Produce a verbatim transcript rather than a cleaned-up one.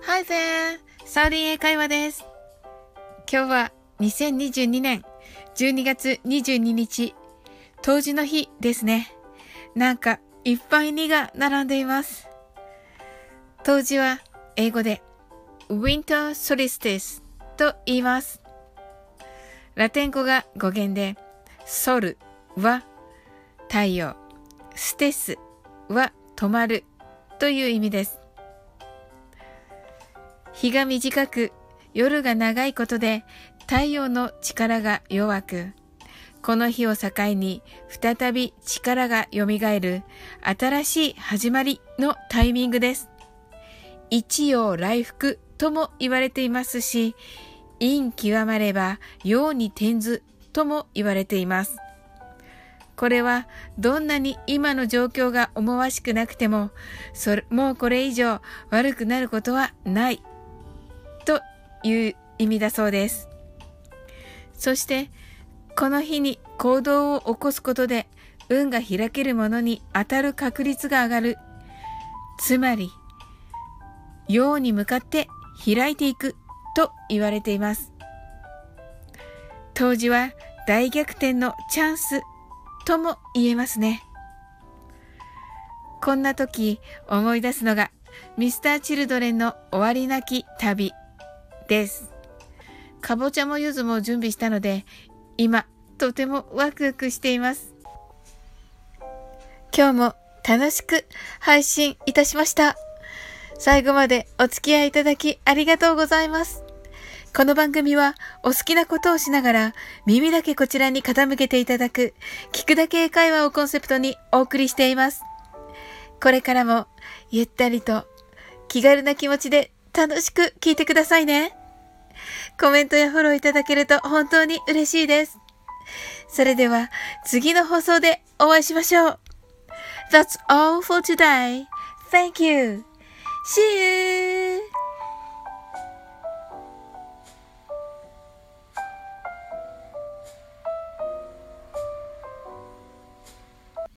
Hi there! サウリン英会話です。今日はにせんにじゅうにねんじゅうにがつにじゅうににち、冬至の日ですね。なんかいっぱいにが並んでいます。冬至は英語で Winter Solstice と言います。ラテン語が語源で、ソルは太陽、ステスは止まるという意味です。日が短く夜が長いことで太陽の力が弱く、この日を境に再び力が蘇る新しい始まりのタイミングです。一陽来復とも言われていますし、陰極まれば陽に転ずとも言われています。これはどんなに今の状況が思わしくなくても、それもうこれ以上悪くなることはないという意味だそうです。そしてこの日に行動を起こすことで運が開けるものに当たる確率が上がる。つまり陽に向かって開いていくと言われています。冬至は大逆転のチャンスとも言えますね。こんな時思い出すのがミスターチルドレンの終わりなき旅です。かぼちゃも柚子も準備したので、今とてもワクワクしています。今日も楽しく配信いたしました。最後までお付き合いいただきありがとうございます。この番組はお好きなことをしながら耳だけこちらに傾けていただく聞くだけ英会話をコンセプトにお送りしています。これからもゆったりと気軽な気持ちで楽しく聞いてくださいね。コメントやフォローいただけると本当に嬉しいです。それでは次の放送でお会いしましょう。That's all for today. Thank you. See you!